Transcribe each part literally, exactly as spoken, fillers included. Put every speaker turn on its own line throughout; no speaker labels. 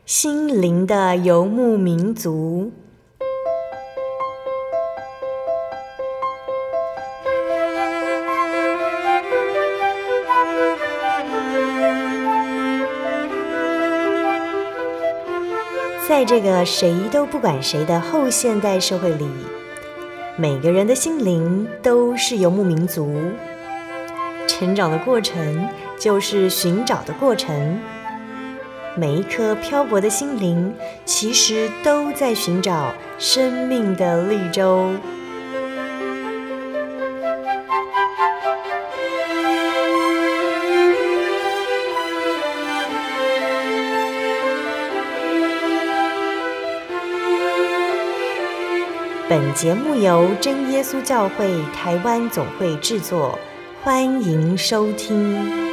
心灵的游牧民族。在这个谁都不管谁的后现代社会里，每个人的心灵都是游牧民族。成长的过程就是寻找的过程，每一颗漂泊的心灵其实都在寻找生命的绿洲。本节目由真耶稣教会台湾总会制作，欢迎收听。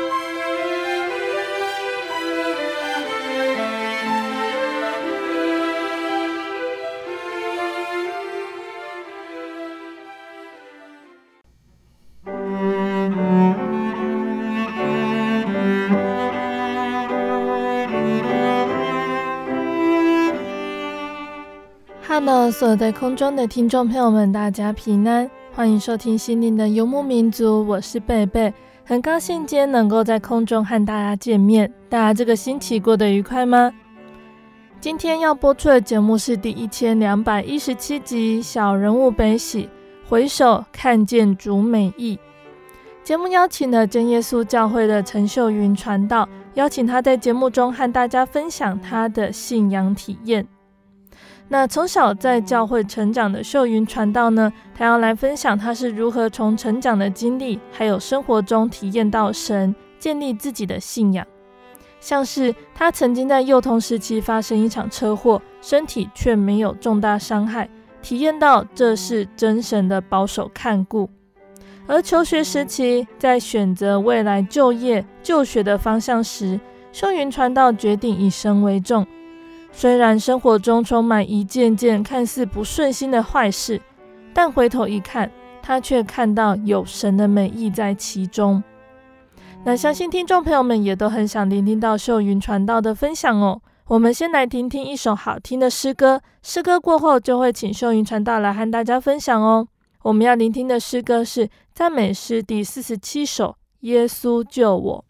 Hello， 所有在空中的听众朋友们，大家平安，欢迎收听心灵的游牧民族，我是贝贝，很高兴今天能够在空中和大家见面。大家这个星期过得愉快吗？今天要播出的节目是第一千两百一十七集小人物悲喜，回首看见主美意。节目邀请了真耶稣教会的陈秀云传道，邀请他在节目中和大家分享他的信仰体验。那从小在教会成长的秀云传道呢，他要来分享他是如何从成长的经历还有生活中体验到神，建立自己的信仰。像是他曾经在幼童时期发生一场车祸，身体却没有重大伤害，体验到这是真神的保守看顾。而求学时期在选择未来就业就学的方向时，秀云传道决定以神为重。虽然生活中充满一件件看似不顺心的坏事，但回头一看，他却看到有神的美意在其中。那相信听众朋友们也都很想聆听到秀云传道的分享哦。我们先来听听一首好听的诗歌，诗歌过后就会请秀云传道来和大家分享哦。我们要聆听的诗歌是赞美诗第四十七首，耶稣救我。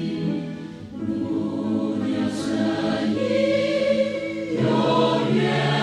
永远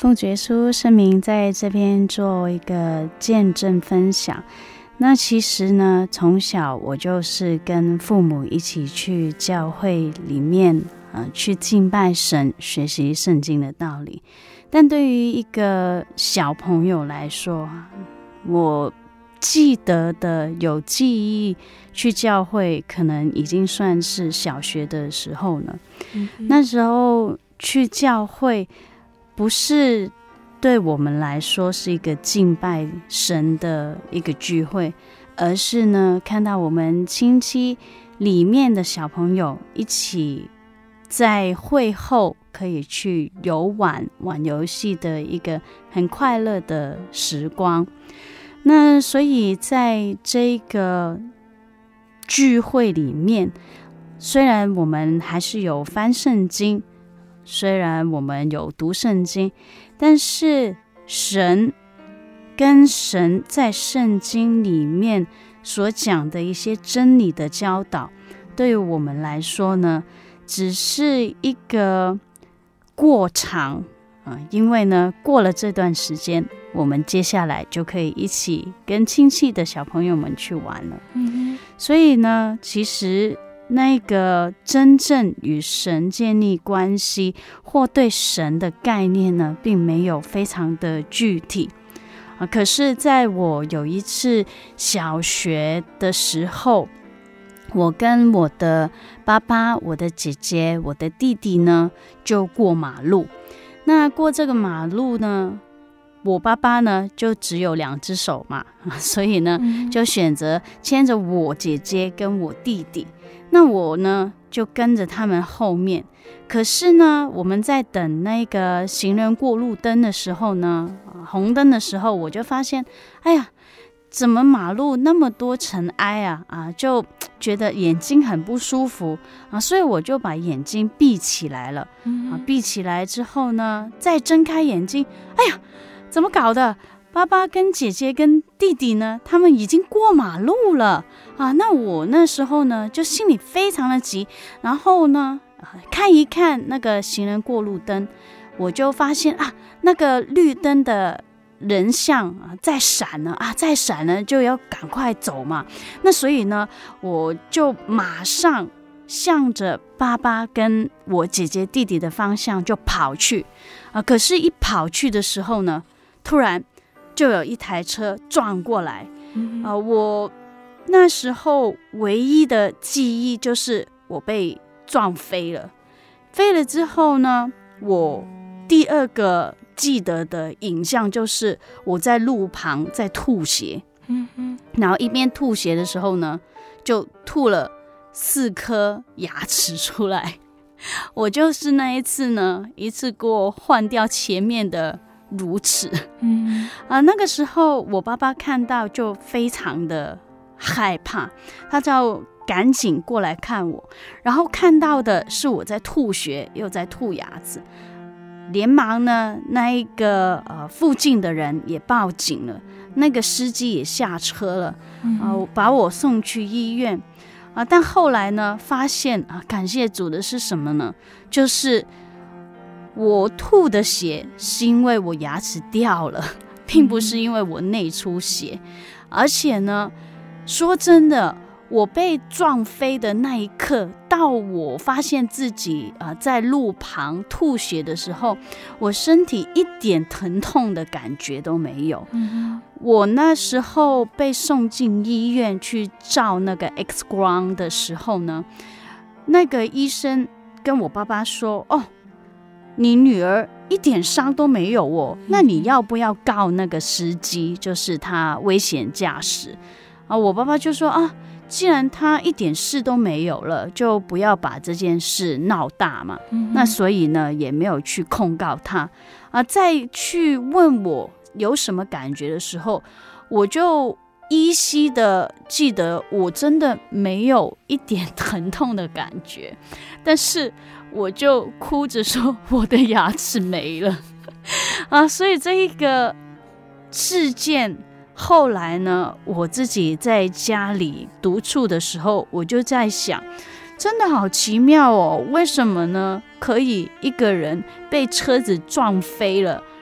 奉主耶稣圣名在这边做一个见证分享。那其实呢，从小我就是跟父母一起去教会里面呃，去敬拜神，学习圣经的道理。但对于一个小朋友来说，我记得的有记忆去教会，可能已经算是小学的时候了。嗯、那时候去教会，不是对我们来说是一个敬拜神的一个聚会，而是呢，看到我们亲戚里面的小朋友一起在会后可以去游玩玩游戏的一个很快乐的时光。那所以在这个聚会里面，虽然我们还是有翻圣经，虽然我们有读圣经，但是神跟神在圣经里面所讲的一些真理的教导，对于我们来说呢，只是一个过场、呃、因为呢过了这段时间，我们接下来就可以一起跟亲戚的小朋友们去玩了。嗯、所以呢，其实那个真正与神建立关系或对神的概念呢，并没有非常的具体。啊、可是在我有一次小学的时候，我跟我的爸爸、我的姐姐、我的弟弟呢，就过马路。那过这个马路呢，我爸爸呢就只有两只手嘛，所以呢就选择牵着我姐姐跟我弟弟。那我呢就跟着他们后面。可是呢，我们在等那个行人过路灯的时候呢，红灯的时候，我就发现，哎呀，怎么马路那么多尘埃啊啊，就觉得眼睛很不舒服啊，所以我就把眼睛闭起来了。啊，闭起来之后呢，再睁开眼睛，哎呀，怎么搞的？爸爸跟姐姐跟弟弟呢，他们已经过马路了啊！那我那时候呢，就心里非常的急，然后呢，看一看那个行人过路灯，我就发现啊，那个绿灯的人像啊在闪了啊，在闪了，就要赶快走嘛。那所以呢，我就马上向着爸爸跟我姐姐弟弟的方向就跑去啊。可是，一跑去的时候呢，突然就有一台车撞过来。嗯呃、我那时候唯一的记忆就是我被撞飞了。飞了之后呢，我第二个记得的影像就是我在路旁在吐血。嗯嗯，然后一边吐血的时候呢，就吐了四颗牙齿出来。我就是那一次呢，一次给我换掉前面的乳齿。嗯啊，那个时候我爸爸看到就非常的害怕，他就赶紧过来看我，然后看到的是我在吐血又在吐牙子，连忙呢那一个呃附近的人也报警了，那个司机也下车了，啊、呃，把我送去医院啊。但后来呢，发现啊，感谢主的是什么呢？就是我吐的血是因为我牙齿掉了，并不是因为我内出血。而且呢，说真的，我被撞飞的那一刻，到我发现自己、呃、在路旁吐血的时候，我身体一点疼痛的感觉都没有。嗯、我那时候被送进医院去照那个 X 光的时候呢，那个医生跟我爸爸说：“哦，你女儿一点伤都没有哦，那你要不要告那个司机，就是他危险驾驶？”啊，我爸爸就说：“啊，既然他一点事都没有了，就不要把这件事闹大嘛。嗯”那所以呢，也没有去控告他。啊，再去问我有什么感觉的时候，我就依稀的记得，我真的没有一点疼痛的感觉，但是我就哭着说我的牙齿没了。啊，所以这一个事件。后来呢，我自己在家里独处的时候，我就在想，真的好奇妙哦，为什么呢？可以一个人被车子撞飞了，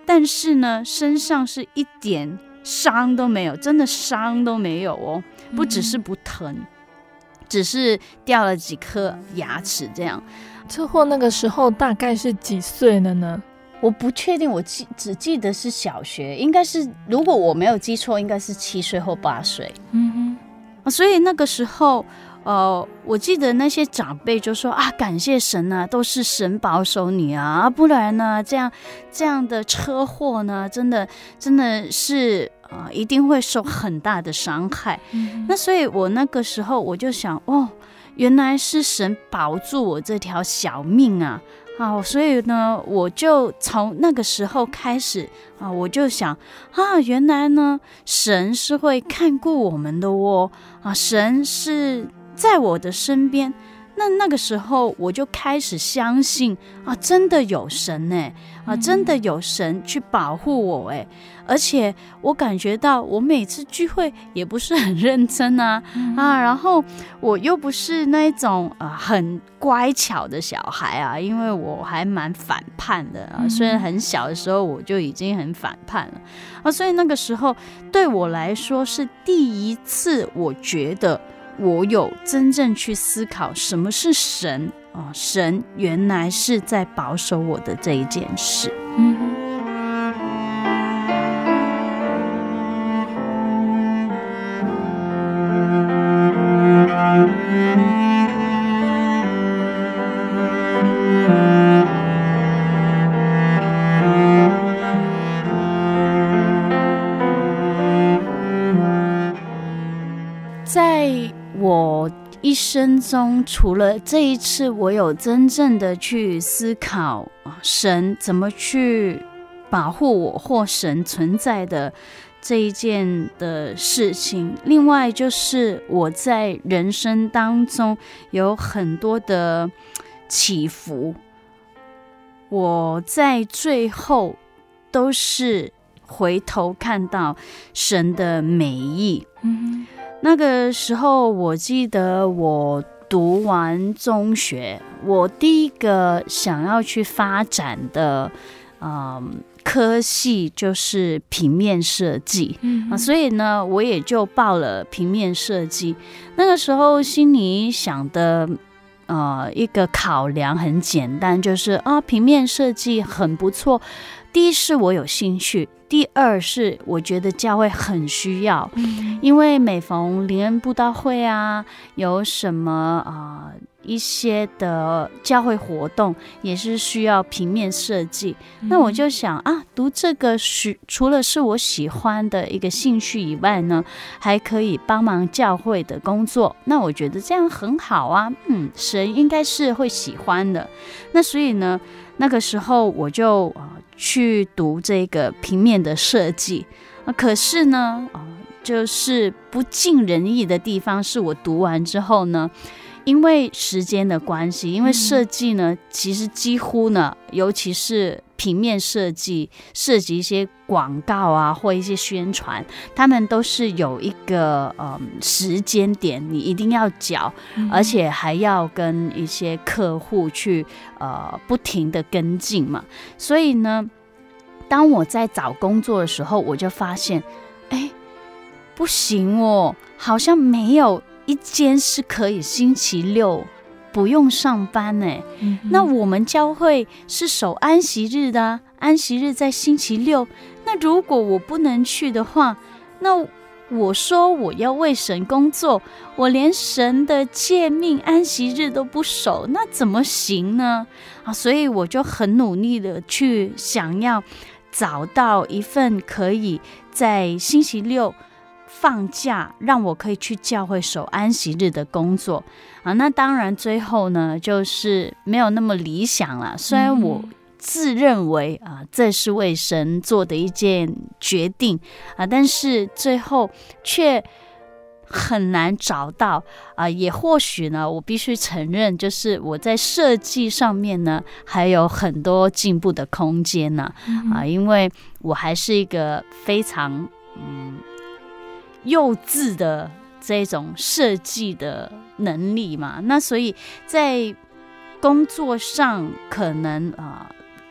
但是呢，身上是一点伤都没有，真的伤都没有哦，不只是不疼，嗯、只是掉了几颗牙齿这样。
车祸那个时候大概是几岁了呢？
我不确定，我记只记得是小学，应该是，如果我没有记错，应该是七岁或八岁。嗯哼，所以那个时候，呃，我记得那些长辈就说啊，感谢神啊，都是神保守你啊，不然呢，这样这样的车祸呢，真的真的是啊、呃，一定会受很大的伤害。嗯、那所以我那个时候我就想，哦，原来是神保住我这条小命啊。好，所以呢，我就从那个时候开始啊，我就想啊，原来呢，神是会看顾我们的哦，啊，神是在我的身边。那那个时候我就开始相信啊，真的有神哎，啊，真的有神去保护我哎，而且我感觉到我每次聚会也不是很认真啊、嗯、啊，然后我又不是那种啊很乖巧的小孩啊，因为我还蛮反叛的啊，虽然很小的时候我就已经很反叛了啊，所以那个时候对我来说是第一次，我觉得我有真正去思考什么是神啊，神原来是在保守我的这一件事。嗯，在我一生中，除了这一次我有真正的去思考神怎么去保护我或神存在的这一件的事情，另外就是我在人生当中有很多的起伏，我在最后都是回头看到神的美意。嗯，那个时候我记得我读完中学，我第一个想要去发展的嗯科系就是平面设计、嗯啊、所以呢我也就报了平面设计。那个时候心里想的呃一个考量很简单，就是啊平面设计很不错，第一是我有兴趣，第二是我觉得教会很需要、嗯、因为每逢灵恩布道会啊，有什么啊、呃、一些的教会活动也是需要平面设计、嗯、那我就想啊，读这个是除了是我喜欢的一个兴趣以外呢，还可以帮忙教会的工作，那我觉得这样很好啊，嗯，神应该是会喜欢的。那所以呢那个时候我就、呃、去读这个平面的设计、呃、可是呢、呃、就是不尽人意的地方是我读完之后呢，因为时间的关系，因为设计呢其实几乎呢，尤其是平面设计涉及一些广告啊或一些宣传，他们都是有一个、呃、时间点你一定要缴、嗯、而且还要跟一些客户去呃不停的跟进嘛。所以呢当我在找工作的时候，我就发现哎，不行哦，好像没有一间是可以星期六不用上班呢、嗯、那我们教会是守安息日的、啊、安息日在星期六，那如果我不能去的话，那我说我要为神工作，我连神的诫命安息日都不守，那怎么行呢、啊、所以我就很努力的去想要找到一份可以在星期六放假让我可以去教会守安息日的工作啊，那当然最后呢就是没有那么理想了，虽然我自认为啊这是为神做的一件决定啊，但是最后却很难找到啊，也或许呢我必须承认，就是我在设计上面呢还有很多进步的空间呢、啊嗯、因为我还是一个非常嗯幼稚的这种设计的能力嘛，那所以在工作上可能、呃、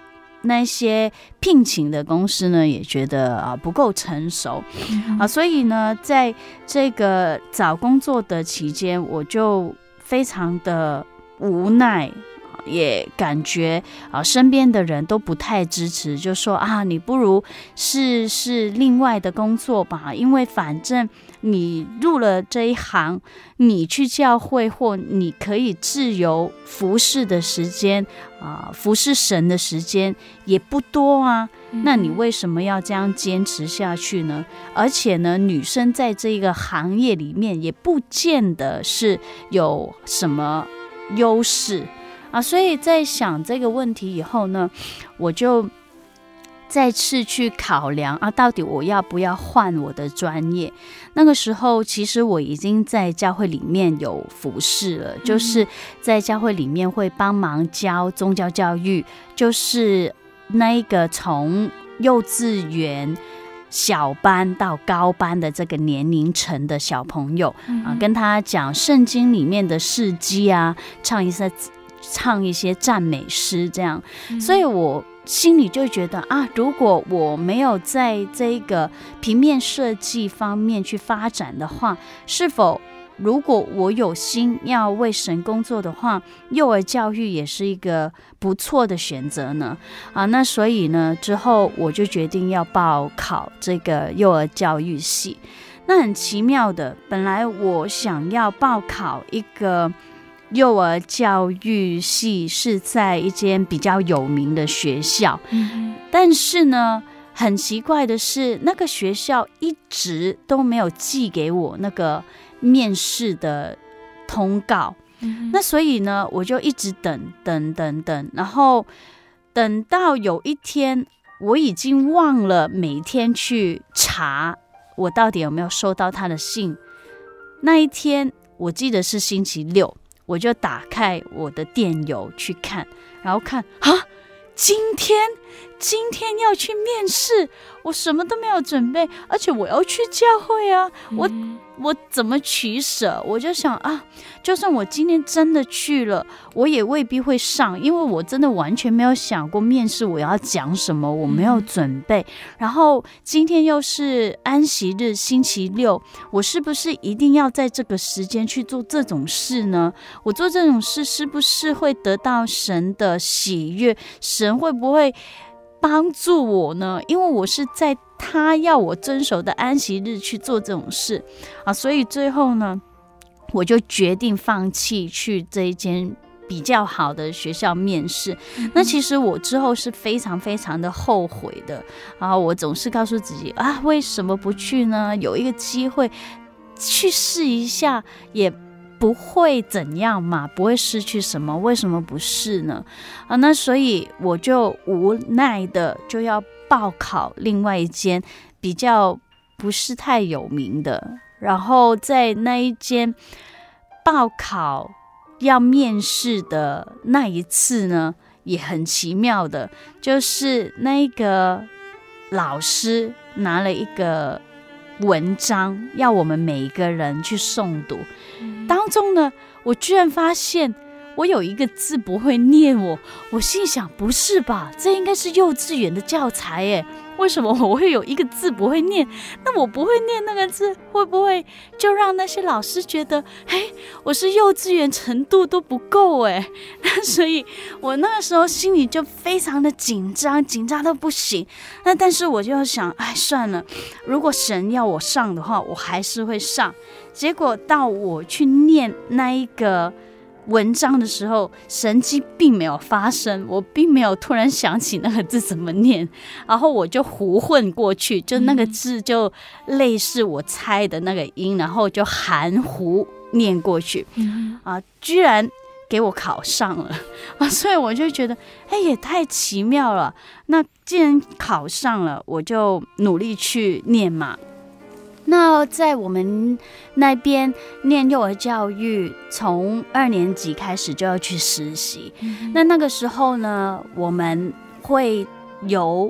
那些聘请的公司呢，也觉得啊不够成熟、嗯、啊，所以呢，在这个找工作的期间，我就非常的无奈。也感觉啊，身边的人都不太支持，就说啊，你不如试试另外的工作吧，因为反正你入了这一行，你去教会或你可以自由服侍的时间啊，服侍神的时间也不多啊，那你为什么要这样坚持下去呢？而且呢，女生在这个行业里面也不见得是有什么优势。啊，所以在想这个问题以后呢，我就再次去考量啊，到底我要不要换我的专业？那个时候，其实我已经在教会里面有服侍了，就是在教会里面会帮忙教宗教教育，就是那一个从幼稚园小班到高班的这个年龄层的小朋友啊，跟他讲圣经里面的事迹啊，唱一些。唱一些赞美诗这样，所以我心里就觉得啊，如果我没有在这个平面设计方面去发展的话，是否如果我有心要为神工作的话，幼儿教育也是一个不错的选择呢？啊，那所以呢，之后我就决定要报考这个幼儿教育系。那很奇妙的，本来我想要报考一个幼儿教育系是在一间比较有名的学校、嗯、但是呢很奇怪的是，那个学校一直都没有寄给我那个面试的通告、嗯、那所以呢我就一直等等等等，然后等到有一天我已经忘了每天去查我到底有没有收到他的信。那一天我记得是星期六，我就打开我的电邮去看，然后看啊，今天今天要去面试，我什么都没有准备，而且我要去教会啊，我我怎么取舍？我就想啊，就算我今天真的去了，我也未必会上，因为我真的完全没有想过面试我要讲什么，我没有准备。然后今天又是安息日，星期六，我是不是一定要在这个时间去做这种事呢？我做这种事是不是会得到神的喜悦？神会不会帮助我呢？因为我是在他要我遵守的安息日去做这种事啊，所以最后呢，我就决定放弃去这一间比较好的学校面试。嗯、那其实我之后是非常非常的后悔的啊！我总是告诉自己啊，为什么不去呢？有一个机会去试一下也不会怎样嘛，不会失去什么，为什么不试呢？啊，那所以我就无奈的就要报考另外一间比较不是太有名的，然后在那一间报考要面试的那一次呢，也很奇妙的，就是那个老师拿了一个文章要我们每一个人去诵读，当中呢，我居然发现我有一个字不会念，我我心想不是吧，这应该是幼稚园的教材耶，为什么我会有一个字不会念？那我不会念那个字，会不会就让那些老师觉得，嘿，我是幼稚园程度都不够哎？那所以我那个时候心里就非常的紧张，紧张到不行。那但是我就想，哎，算了，如果神要我上的话，我还是会上。结果到我去念那一个文章的时候，神迹并没有发生，我并没有突然想起那个字怎么念，然后我就胡混过去，就那个字就类似我猜的那个音，然后就含糊念过去，啊，居然给我考上了啊！所以我就觉得，哎，也太奇妙了。那既然考上了，我就努力去念嘛。那在我们那边念幼儿教育，从二年级开始就要去实习。嗯、那那个时候呢，我们会由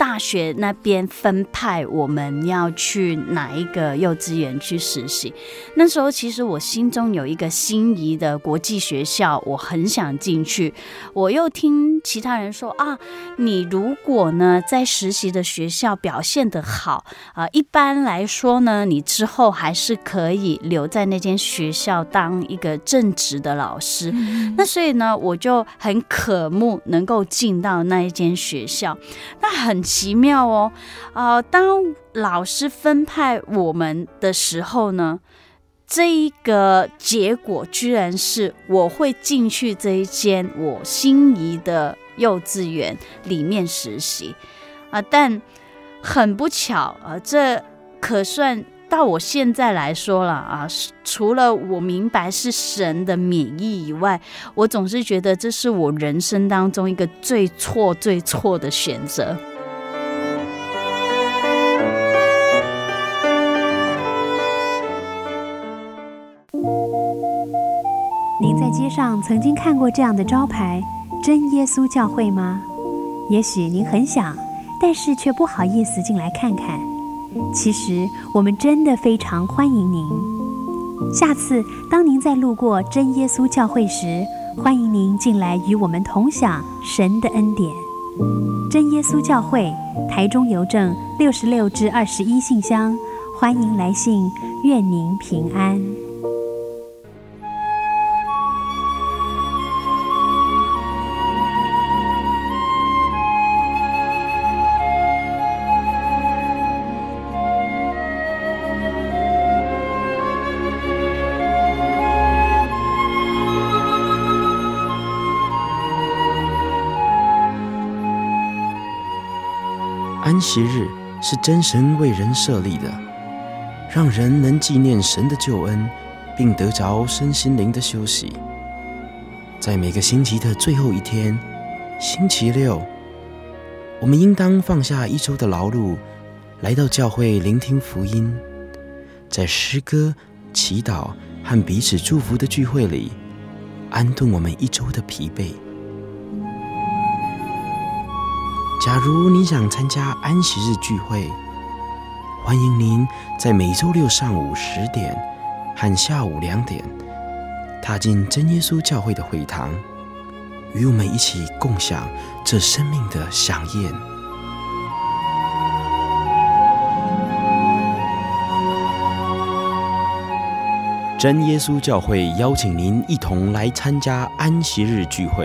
大学那边分派我们要去哪一个幼稚园去实习。那时候其实我心中有一个心仪的国际学校，我很想进去。我又听其他人说啊，你如果呢在实习的学校表现得好啊、呃，一般来说呢，你之后还是可以留在那间学校当一个正职的老师。嗯、那所以呢，我就很渴慕能够进到那一间学校。那很奇妙哦，呃，当老师分派我们的时候呢，这一个结果居然是我会进去这一间我心仪的幼稚园里面实习啊、呃，但很不巧啊、呃，这可算到我现在来说了啊，除了我明白是神的免疫以外，我总是觉得这是我人生当中一个最错最错的选择。
您在街上曾经看过这样的招牌“真耶稣教会”吗？也许您很想，但是却不好意思进来看看。其实我们真的非常欢迎您。下次当您在路过真耶稣教会时，欢迎您进来与我们同享神的恩典。真耶稣教会，台中邮政六十六至二十一信箱，欢迎来信，愿您平安。
安息日是真神为人设立的，让人能纪念神的救恩，并得着身心灵的休息。在每个星期的最后一天，星期六，我们应当放下一周的劳碌，来到教会聆听福音，在诗歌、祈祷和彼此祝福的聚会里，安顿我们一周的疲惫。假如你想参加安息日聚会，欢迎您在每周六上午十点和下午两点踏进真耶稣教会的会堂，与我们一起共享这生命的飨宴。真耶稣教会邀请您一同来参加安息日聚会。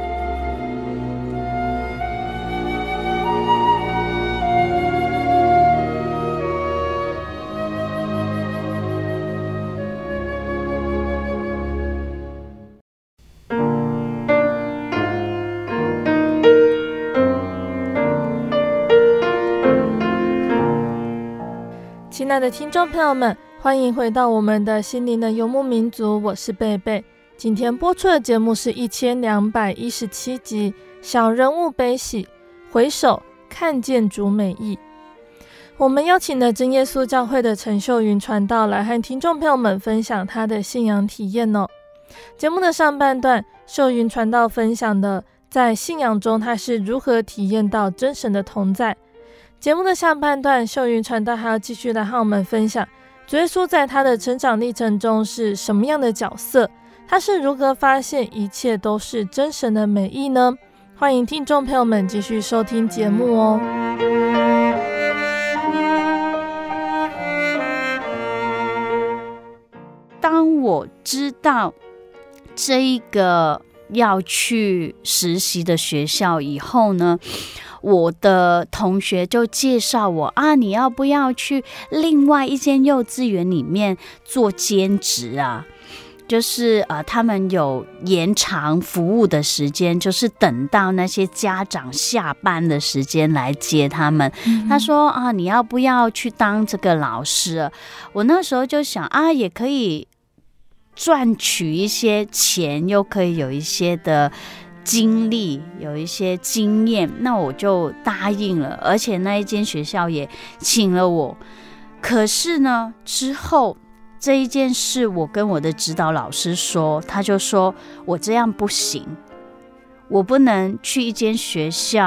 亲爱的听众朋友们，欢迎回到我们的心灵的游牧民族，我是贝贝。今天播出的节目是一千两百一十七集小人物悲喜，回首看见主美意。我们邀请了真耶稣教会的陈秀云传道来和听众朋友们分享他的信仰体验哦。节目的上半段，秀云传道分享的在信仰中他是如何体验到真神的同在。节目的下半段，秀云传道还要继续来和我们分享主耶稣在他的成长历程中是什么样的角色，他是如何发现一切都是真神的美意呢？欢迎听众朋友们继续收听节目哦。
当我知道这一个要去实习的学校以后呢，我的同学就介绍我啊，你要不要去另外一间幼稚园里面做兼职啊？就是呃，他们有延长服务的时间，就是等到那些家长下班的时间来接他们。嗯、他说啊，你要不要去当这个老师？我那时候就想啊，也可以赚取一些钱，又可以有一些的经历，有一些经验，那我就答应了，而且那一间学校也请了我。可是呢，之后这一件事我跟我的指导老师说，他就说我这样不行，我不能去一间学校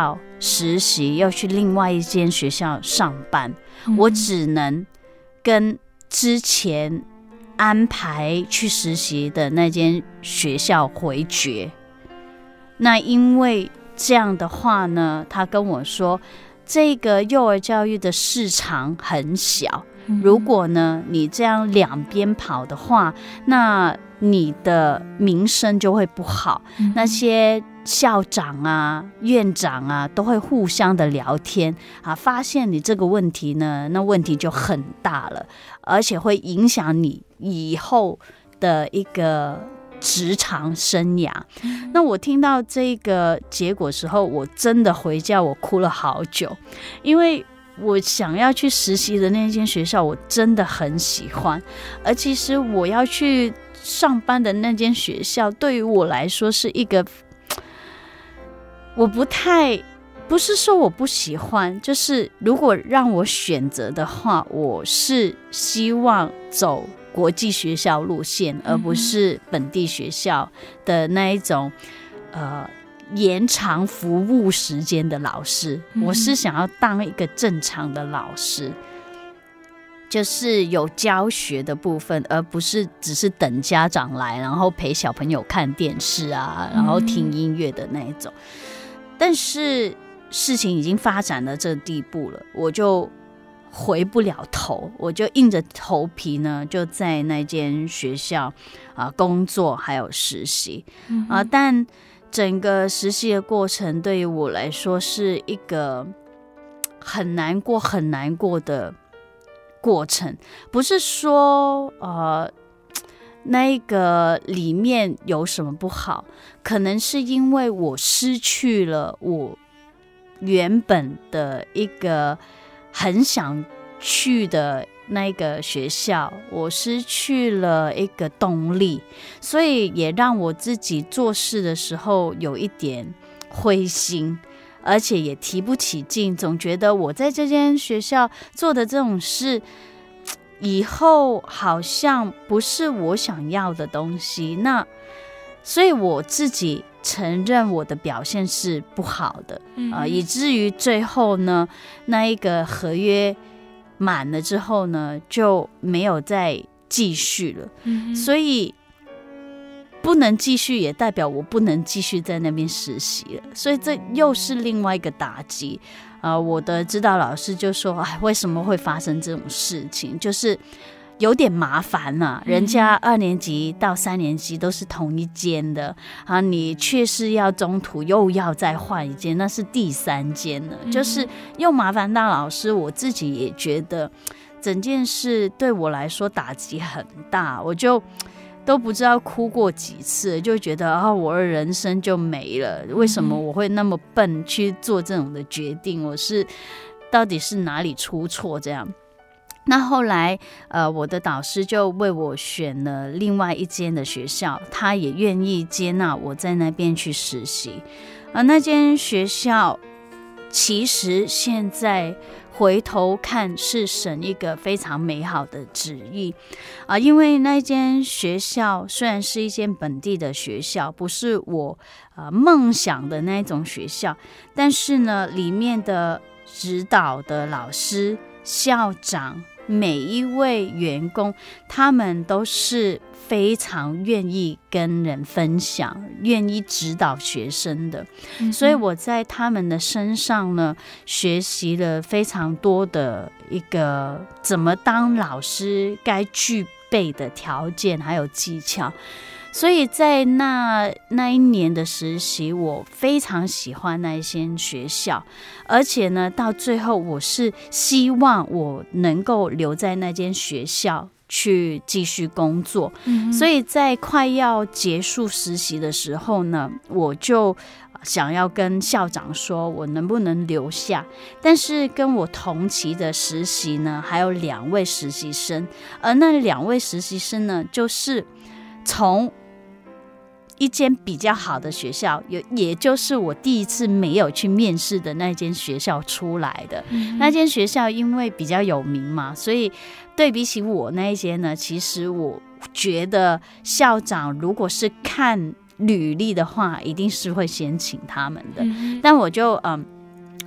实习，又去另外一间学校上班，嗯、我只能跟之前安排去实习的那间学校回绝。那因为这样的话呢，他跟我说，这个幼儿教育的市场很小，如果呢你这样两边跑的话，那你的名声就会不好，嗯、那些校长啊、院长啊都会互相的聊天啊，发现你这个问题呢，那问题就很大了，而且会影响你以后的一个职场生涯。嗯、那我听到这个结果时候，我真的回家我哭了好久，因为我想要去实习的那间学校我真的很喜欢，而其实我要去上班的那间学校对于我来说是一个，我不太，不是说我不喜欢，就是如果让我选择的话，我是希望走国际学校路线，而不是本地学校的那一种呃延长服务时间的老师。我是想要当一个正常的老师，就是有教学的部分，而不是只是等家长来，然后陪小朋友看电视啊，然后听音乐的那一种。但是事情已经发展到这地步了，我就回不了头，我就硬着头皮呢，就在那间学校啊、呃、工作还有实习啊、呃。但整个实习的过程对于我来说是一个很难过、很难过的过程，不是说呃那个里面有什么不好，可能是因为我失去了我原本的一个很想去的那个学校，我失去了一个动力，所以也让我自己做事的时候有一点灰心，而且也提不起劲，总觉得我在这间学校做的这种事以后好像不是我想要的东西，那所以我自己承认我的表现是不好的，嗯呃、以至于最后呢，那一个合约满了之后呢，就没有再继续了，嗯、所以不能继续也代表我不能继续在那边实习了，所以这又是另外一个打击。呃，我的指导老师就说：“哎，为什么会发生这种事情？就是有点麻烦呐、啊。人家二年级到三年级都是同一间的啊，你却是要中途又要再换一间，那是第三间了，就是又麻烦到老师。我自己也觉得整件事对我来说打击很大，我就。”都不知道哭过几次，就觉得啊，我的人生就没了。为什么我会那么笨去做这种的决定？我是到底是哪里出错？这样，那后来呃，我的导师就为我选了另外一间的学校，他也愿意接纳我在那边去实习。而那间学校其实现在回头看是神一个非常美好的旨意啊、呃，因为那间学校虽然是一间本地的学校，不是我呃梦想的那种学校，但是呢，里面的指导的老师、校长、每一位员工，他们都是非常愿意跟人分享，愿意指导学生的、嗯、所以我在他们的身上呢，学习了非常多的一个怎么当老师该具备的条件还有技巧。所以在那那一年的实习，我非常喜欢那一间学校，而且呢，到最后我是希望我能够留在那间学校去继续工作、嗯、所以在快要结束实习的时候呢，我就想要跟校长说我能不能留下，但是跟我同期的实习呢还有两位实习生，而那两位实习生呢就是从一间比较好的学校，也就是我第一次没有去面试的那间学校出来的、嗯、那间学校因为比较有名嘛，所以对比起我那一间呢，其实我觉得校长如果是看履历的话，一定是会先请他们的、嗯、但我就嗯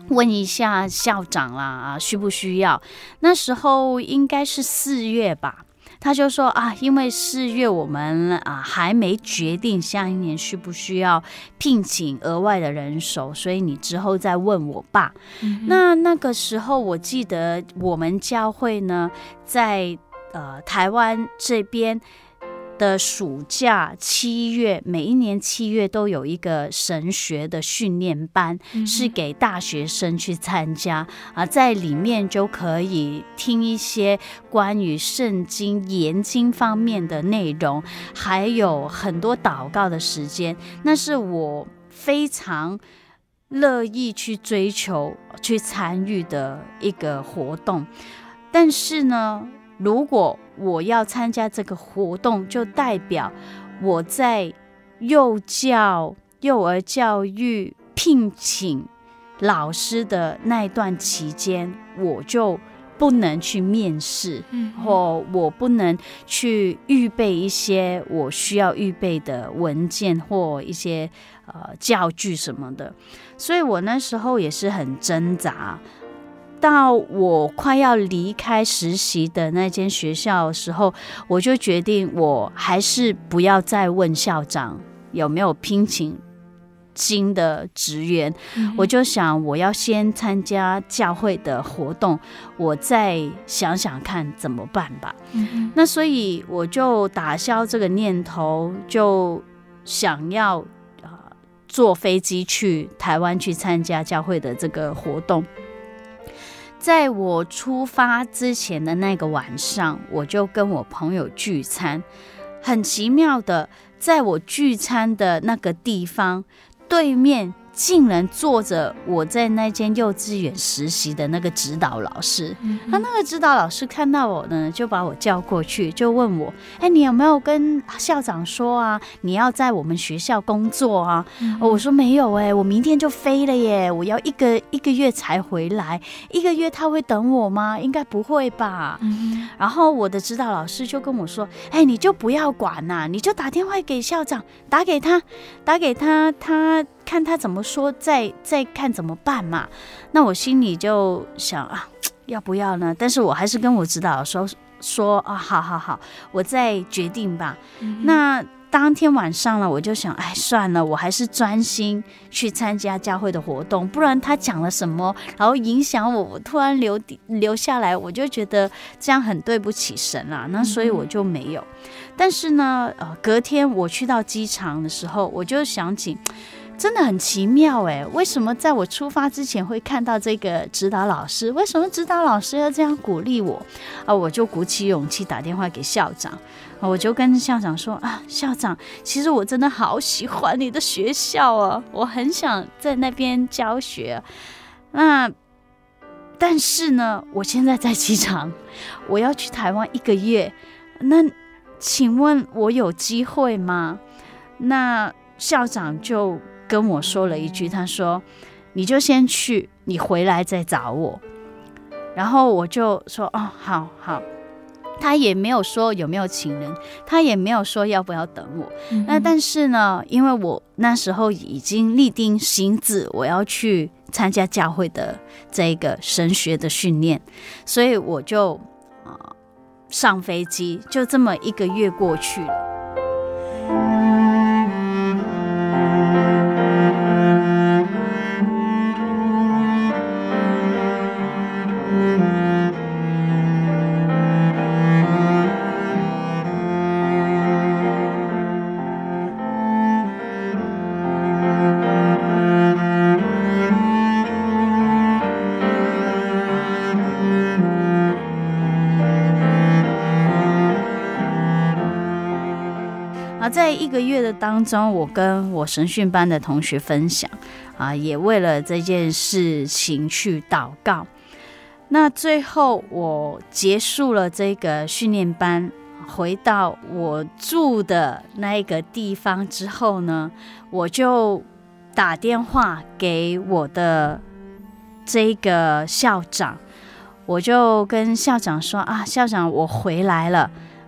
问一下校长啦，啊，需不需要？那时候应该是四月吧，他就说啊，因为四月我们啊还没决定下一年需不需要聘请额外的人手，所以你之后再问我爸。嗯、那那个时候我记得我们教会呢，在呃台湾这边的暑假七月，每一年七月都有一个神学的训练班，嗯、是给大学生去参加啊，在里面就可以听一些关于圣经研经方面的内容，还有很多祷告的时间。那是我非常乐意去追求、去参与的一个活动。但是呢，如果我要参加这个活动，就代表我在幼教、幼儿教育聘请老师的那一段期间，我就不能去面试，嗯、或我不能去预备一些我需要预备的文件或一些呃教具什么的，所以我那时候也是很挣扎。到我快要离开实习的那间学校的时候，我就决定我还是不要再问校长有没有聘请新的职员，嗯、我就想我要先参加教会的活动，我再想想看怎么办吧。嗯、那所以我就打消这个念头，就想要、呃、坐飞机去台湾去参加教会的这个活动。在我出发之前的那个晚上，我就跟我朋友聚餐。很奇妙的，在我聚餐的那个地方对面，竟然坐着我在那间幼稚园实习的那个指导老师。嗯、他那个指导老师看到我呢，就把我叫过去，就问我：哎，你有没有跟校长说啊？你要在我们学校工作啊？嗯、我说没有哎、欸，我明天就飞了耶，我要一个一个月才回来，一个月他会等我吗？应该不会吧。嗯、然后我的指导老师就跟我说：哎，你就不要管呐、啊，你就打电话给校长，打给他，打给他，他。看他怎么说，再再看怎么办嘛。那我心里就想啊，要不要呢？但是我还是跟我指导说说啊，好好好，我再决定吧。嗯、那当天晚上了，我就想，哎，算了，我还是专心去参加教会的活动，不然他讲了什么，然后影响我，我突然留留下来，我就觉得这样很对不起神啊。那所以我就没有。嗯、但是呢，呃，隔天我去到机场的时候，我就想起。真的很奇妙哎，为什么在我出发之前会看到这个指导老师？为什么指导老师要这样鼓励我啊？我就鼓起勇气打电话给校长，啊、我就跟校长说啊，校长，其实我真的好喜欢你的学校啊，我很想在那边教学。那但是呢，我现在在机场，我要去台湾一个月，那请问我有机会吗？那校长就跟我说了一句，他说你就先去，你回来再找我。然后我就说哦，好好。他也没有说有没有请人，他也没有说要不要等我。嗯、那但是呢，因为我那时候已经立定心志，我要去参加教会的这个神学的训练，所以我就、呃、上飞机，就这么一个月过去了。在一个月的当中，我跟我神训班的同学分享啊，也为了这件事情去祷告。那最后我结束了这个训练班，回到我住的那一个地方之后呢，我就打电话给我的这个校长，我就跟校长说啊，校长，我回来了。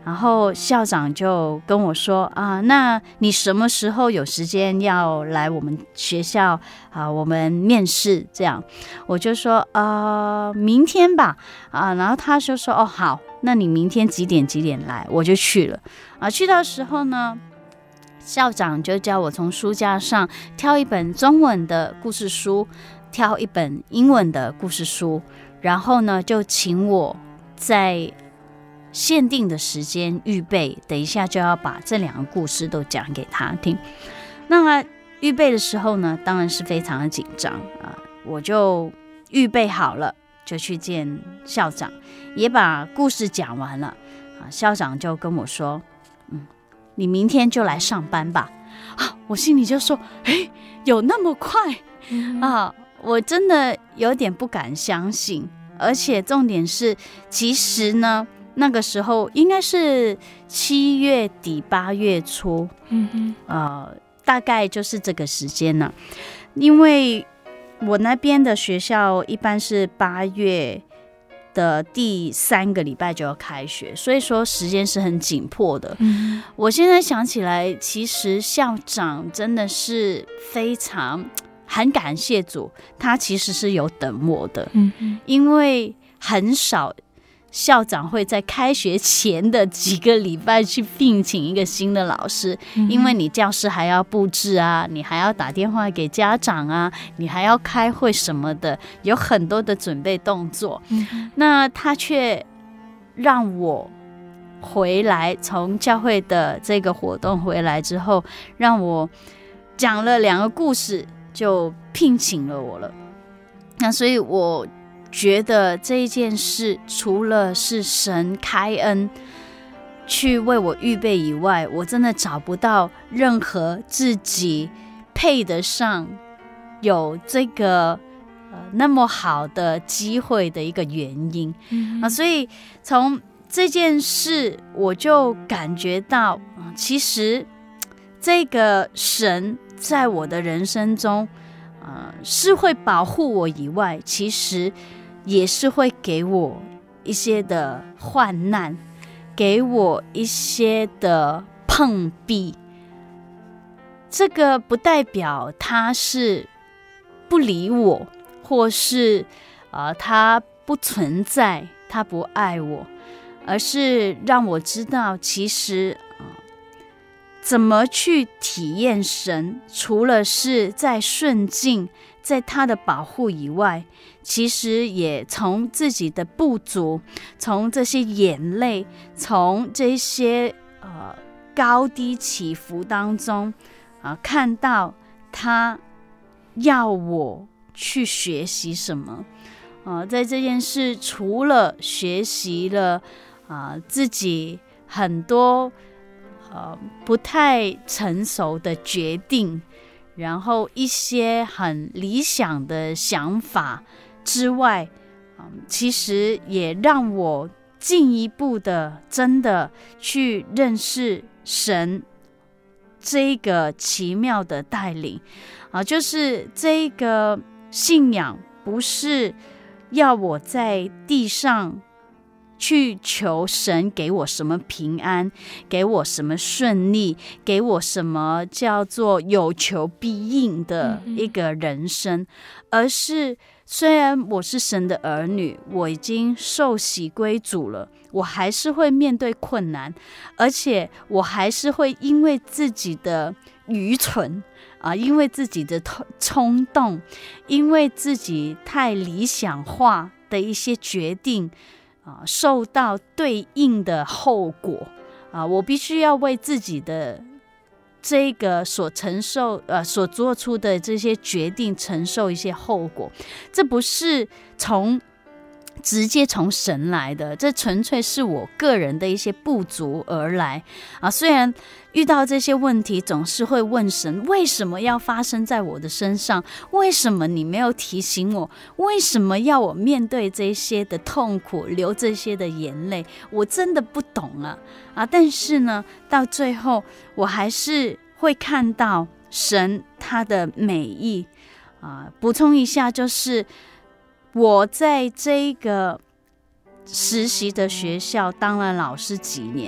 然后校长就跟我说啊，那你什么时候有时间要来我们学校啊？我们面试这样，我就说呃明天吧啊，然后他就说哦好，那你明天几点几点来？我就去了啊。去到时候呢，校长就叫我从书架上挑一本中文的故事书，挑一本英文的故事书，然后呢就请我在限定的时间预备，等一下就要把这两个故事都讲给他听。那预备的时候呢，当然是非常的紧张啊！我就预备好了，就去见校长，也把故事讲完了啊。校长就跟我说：“嗯，你明天就来上班吧。”啊，我心里就说：“哎，有那么快啊？”我真的有点不敢相信，而且重点是，其实呢。那个时候应该是七月底八月初，嗯嗯，呃，大概就是这个时间呢。因为我那边的学校一般是八月的第三个礼拜就要开学，所以说时间是很紧迫的。嗯，我现在想起来，其实校长真的是非常很感谢主，他其实是有等我的，嗯嗯，因为很少。校长会在开学前的几个礼拜去聘请一个新的老师，嗯、因为你教室还要布置啊，你还要打电话给家长啊，你还要开会什么的，有很多的准备动作。嗯、那他却让我回来，从教会的这个活动回来之后，让我讲了两个故事，就聘请了我了。那所以我觉得这一件事除了是神开恩去为我预备以外，我真的找不到任何自己配得上有这个、呃、那么好的机会的一个原因、嗯啊、所以从这件事我就感觉到、呃、其实这个神在我的人生中、呃、是会保护我以外，其实也是会给我一些的患难，给我一些的碰壁。这个不代表他是不理我，或是、呃、他不存在，他不爱我，而是让我知道其实、呃、怎么去体验神，除了是在顺境，在他的保护以外，其实也从自己的不足，从这些眼泪，从这些、呃、高低起伏当中、呃、看到他要我去学习什么、呃、在这件事除了学习了、呃、自己很多、呃、不太成熟的决定，然后一些很理想的想法之外、嗯、其实也让我进一步的真的去认识神这个奇妙的带领、啊、就是这个信仰不是要我在地上去求神给我什么平安，给我什么顺利，给我什么叫做有求必应的一个人生、嗯、而是虽然我是神的儿女，我已经受洗归主了，我还是会面对困难，而且我还是会因为自己的愚蠢啊，因为自己的冲动，因为自己太理想化的一些决定啊，受到对应的后果啊，我必须要为自己的这个所承受呃所做出的这些决定承受一些后果。这不是从直接从神来的，这纯粹是我个人的一些不足而来啊。虽然遇到这些问题，总是会问神，为什么要发生在我的身上？为什么你没有提醒我？为什么要我面对这些的痛苦，流这些的眼泪？我真的不懂啊啊！但是呢，到最后我还是会看到神他的美意啊。补充一下，就是我在这个实习的学校当了老师几年，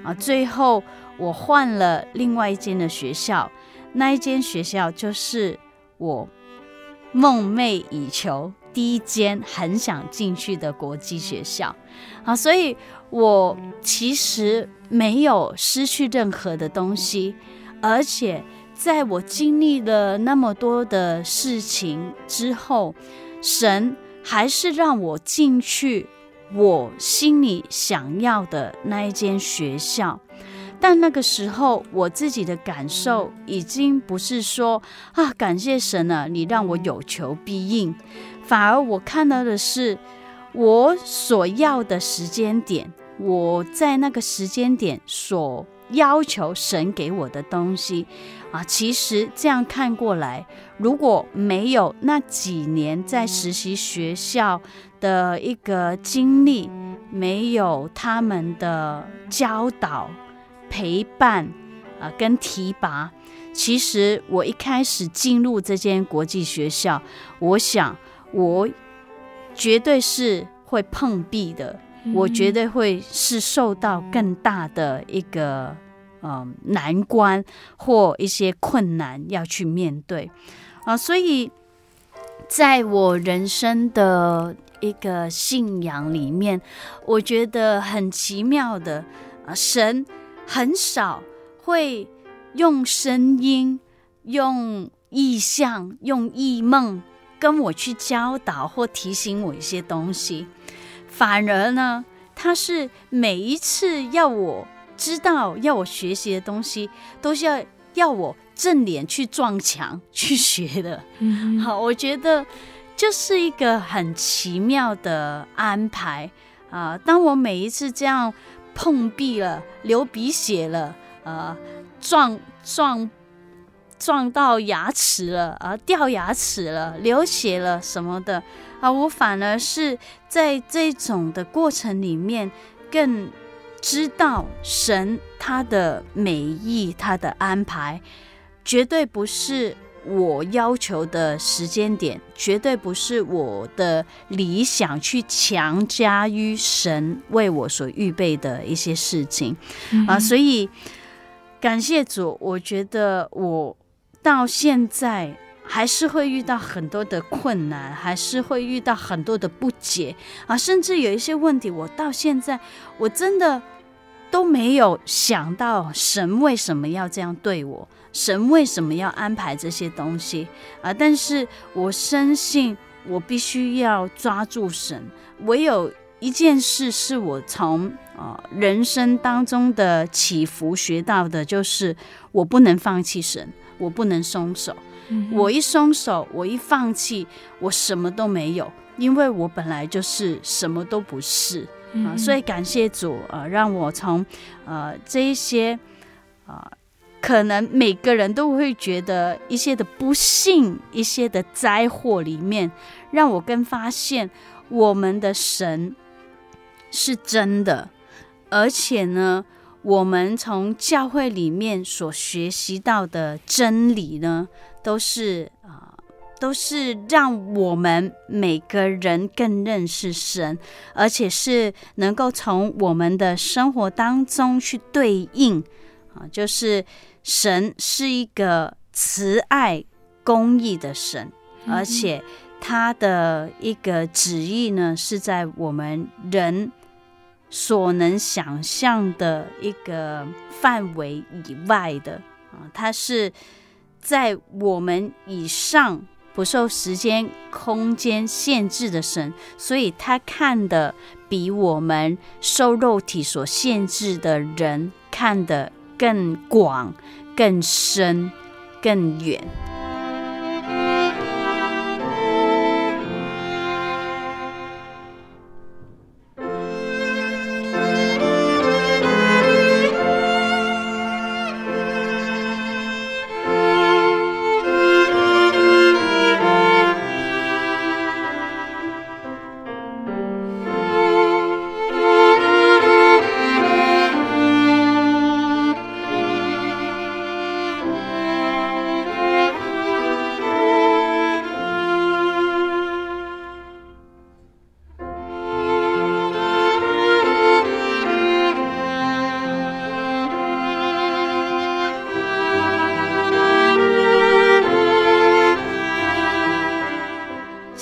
啊，最后我换了另外一间的学校，那一间学校就是我梦寐以求第一间很想进去的国际学校啊，所以我其实没有失去任何的东西，而且在我经历了那么多的事情之后，神还是让我进去我心里想要的那一间学校。但那个时候我自己的感受已经不是说啊，感谢神啊，你让我有求必应，反而我看到的是我所要的时间点，我在那个时间点所要求神给我的东西啊，其实这样看过来，如果没有那几年在实习学校的一个经历，没有他们的教导陪伴啊，跟提拔，其实我一开始进入这间国际学校，我想我绝对是会碰壁的，嗯、我绝对会是受到更大的一个、呃、难关或一些困难要去面对啊，所以在我人生的一个信仰里面，我觉得很奇妙的啊，神很少会用声音、用意象、用异梦跟我去教导或提醒我一些东西，反而呢，他是每一次要我知道、要我学习的东西，都是要要我正脸去撞墙去学的。嗯、好，我觉得就是一个很奇妙的安排啊、呃！当我每一次这样碰壁了、流鼻血了、呃、撞撞撞到牙齿了、啊掉牙齿了、流血了什么的啊，我反而是在这种的过程里面更知道神他的美意、他的安排，绝对不是我要求的时间点，绝对不是我的理想去强加于神为我所预备的一些事情、嗯、啊，所以感谢主，我觉得我到现在还是会遇到很多的困难，还是会遇到很多的不解啊，甚至有一些问题，我到现在我真的都没有想到神为什么要这样对我，神为什么要安排这些东西啊？但是我深信我必须要抓住神。唯有一件事是我从、呃、人生当中的起伏学到的，就是我不能放弃神，我不能松手、嗯、我一松手，我一放弃，我什么都没有，因为我本来就是什么都不是啊、所以感谢主、呃、让我从、呃、这一些、呃、可能每个人都会觉得一些的不幸、一些的灾祸里面，让我更发现我们的神是真的，而且呢，我们从教会里面所学习到的真理呢，都是、呃都是让我们每个人更认识神，而且是能够从我们的生活当中去对应啊，就是神是一个慈爱公义的神，而且他的一个旨意呢，是在我们人所能想象的一个范围以外的啊，他是在我们以上不受时间空间限制的神，所以他看的比我们受肉体所限制的人看得更广、更深、更远。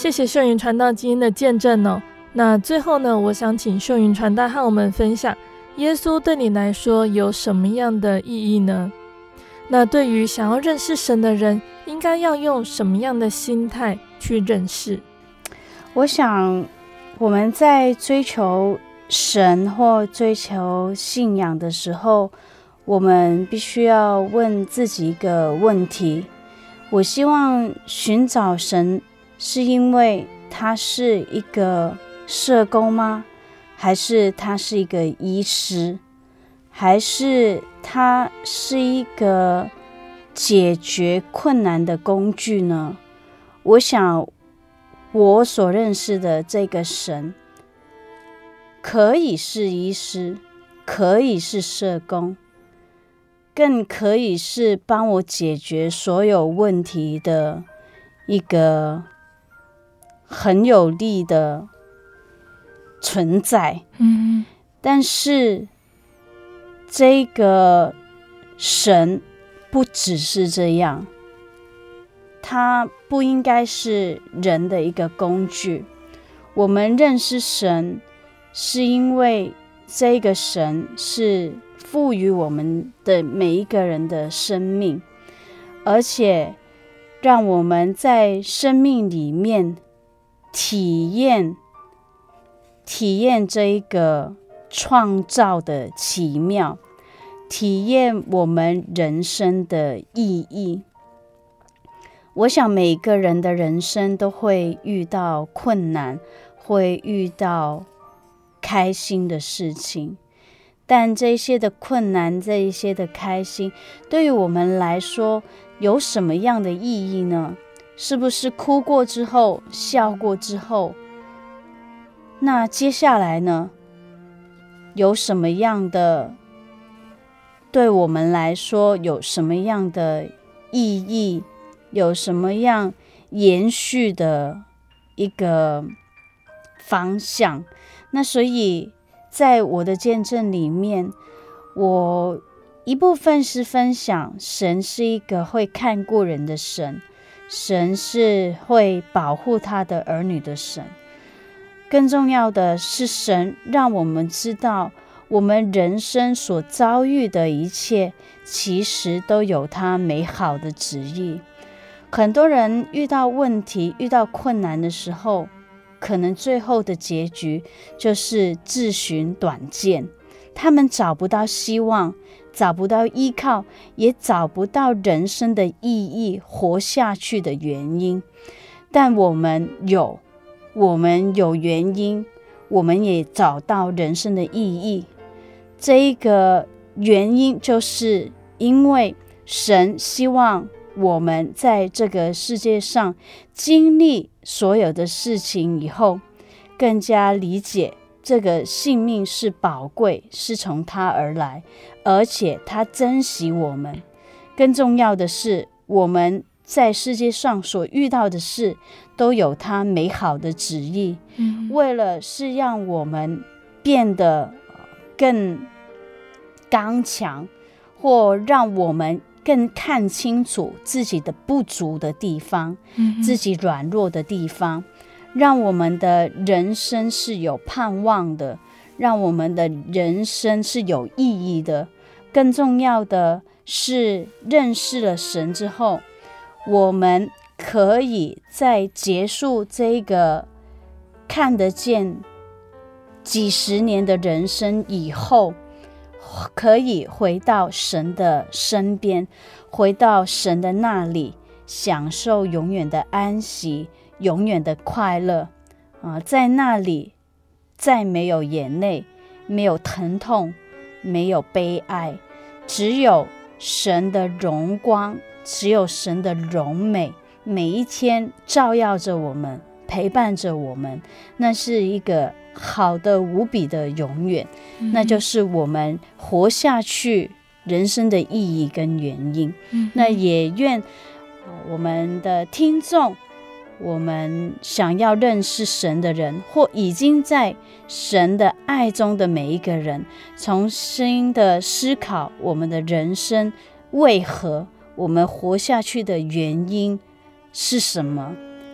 谢谢秀云传道今天的见证哦。那最后呢，我想请秀云传道和我们分享，耶稣对你来说有什么样的意义呢？那对于想要认识神的人，应该要用什么样的心态去认识？
我想我们在追求神或追求信仰的时候，我们必须要问自己一个问题：我希望寻找神是因为他是一个社工吗？还是他是一个医师？还是他是一个解决困难的工具呢？我想我所认识的这个神可以是医师，可以是社工，更可以是帮我解决所有问题的一个很有力的存在。
嗯，
但是这个神不只是这样，他不应该是人的一个工具。我们认识神是因为这个神是赋予我们的每一个人的生命，而且让我们在生命里面体验体验这一个创造的奇妙，体验我们人生的意义。我想每个人的人生都会遇到困难，会遇到开心的事情，但这些的困难，这一些的开心，对于我们来说有什么样的意义呢？是不是哭过之后，笑过之后，那接下来呢？有什么样的，对我们来说有什么样的意义，有什么样延续的一个方向？那所以在我的见证里面，我一部分是分享神是一个会看顾人的神，神是会保护他的儿女的神。更重要的是，神让我们知道，我们人生所遭遇的一切，其实都有他美好的旨意。很多人遇到问题、遇到困难的时候，可能最后的结局就是自寻短见，他们找不到希望，找不到依靠，也找不到人生的意义，活下去的原因。但我们有。我们有原因，我们也找到人生的意义。这一个原因就是因为神希望我们在这个世界上经历所有的事情以后，更加理解这个性命是宝贵，是从他而来，而且他珍惜我们。更重要的是，我们在世界上所遇到的事都有他美好的旨意，嗯，为了是让我们变得更刚强，或让我们更看清楚自己的不足的地方，嗯，自己软弱的地方，让我们的人生是有盼望的，让我们的人生是有意义的。更重要的是，认识了神之后，我们可以在结束这个看得见几十年的人生以后，可以回到神的身边，回到神的那里，享受永远的安息，永远的快乐啊！在那里再没有眼泪，没有疼痛，没有悲哀，只有神的荣光，只有神的荣美，每一天照耀着我们，陪伴着我们。那是一个好的无比的永远，嗯，那就是我们活下去人生的意义跟原因，嗯，那也愿我们的听众，我们想要认识神的人，或已经在神的爱中的每一个人，重新的思考我们的人生为何，我们活下去的原因是什么，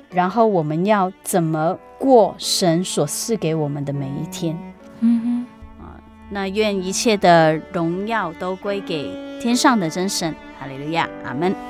然后我们要怎么过神所赐给我们的每一天。
嗯
哼，啊，那愿一切的荣耀都归给天上的真神。哈利路亚，阿们。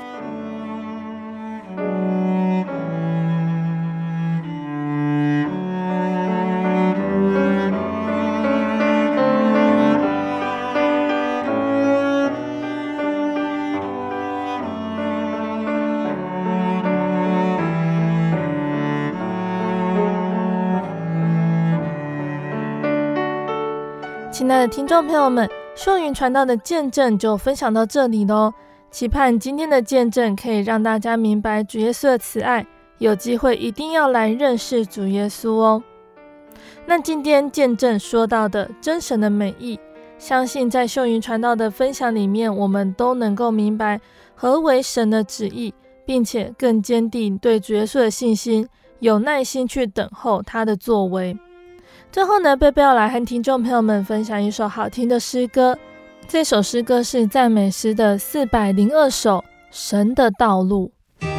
亲爱的听众朋友们，秀云传道的见证就分享到这里咯，期盼今天的见证可以让大家明白主耶稣的慈爱，有机会一定要来认识主耶稣哦。那今天见证说到的真神的美意，相信在秀云传道的分享里面，我们都能够明白何为神的旨意，并且更坚定对主耶稣的信心，有耐心去等候他的作为。最后呢，贝贝要来和听众朋友们分享一首好听的诗歌，这首诗歌是赞美诗的四百零二首《神的道路》。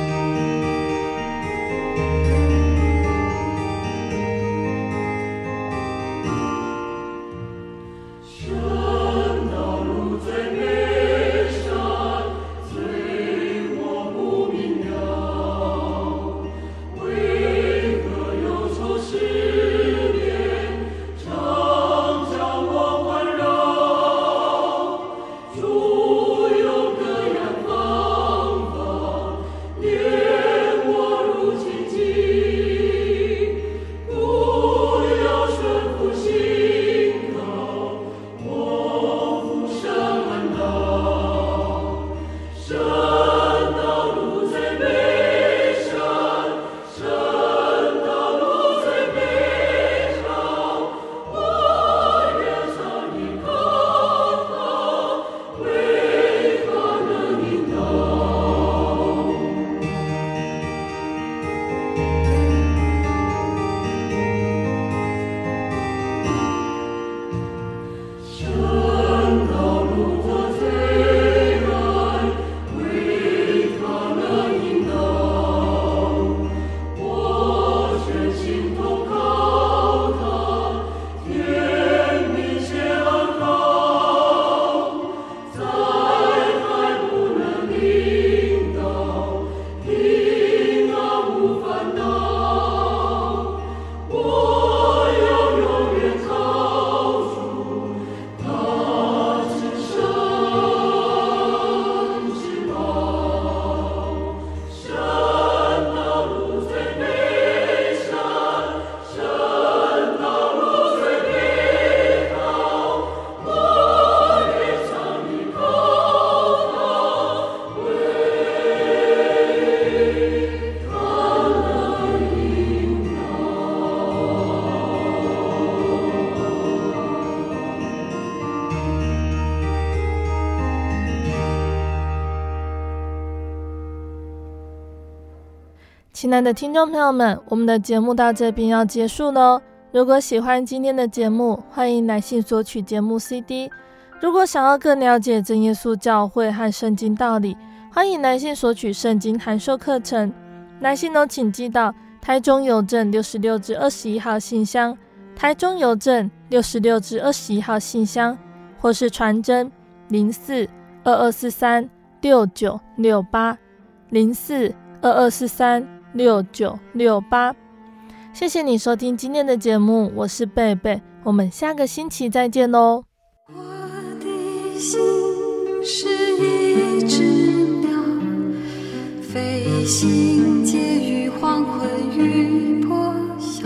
亲爱的听众朋友们，我们的节目到这边要结束了。如果喜欢今天的节目，欢迎来信索取节目 C D。 如果想要更了解真耶稣教会和圣经道理，欢迎来信索取圣经函授课程。来信都请寄到台中邮政六十六至二十一号信箱，台中邮政六十六至二十一号信箱，或是传真零四二二四三六九六八 零四二二四三六九六八。谢谢你收听今天的节目，我是贝贝，我们下个星期再见咯。
我的心是一只鸟，飞行介于黄昏与破晓，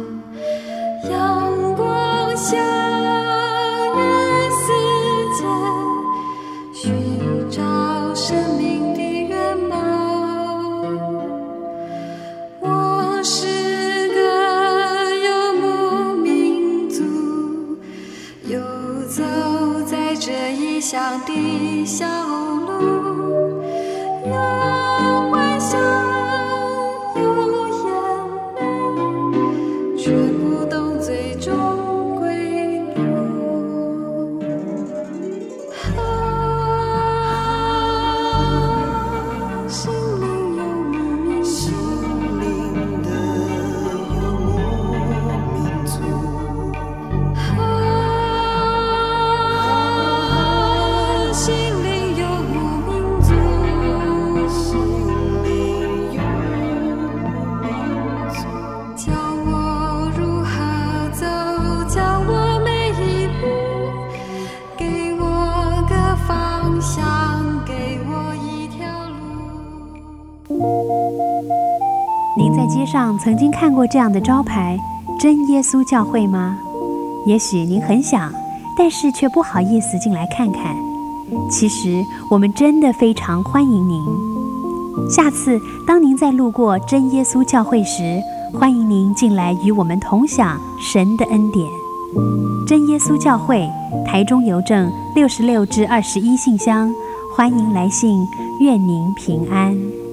阳光下人世间寻找生命的原貌。我是个游牧民族，游走在这异乡的小路，有欢笑，有眼
您在街上曾经看过这样的招牌“真耶稣教会”吗？也许您很想，但是却不好意思进来看看。其实我们真的非常欢迎您。下次当您在路过真耶稣教会时，欢迎您进来与我们同享神的恩典。真耶稣教会，台中邮政六十六至二十一信箱，欢迎来信，愿您平安。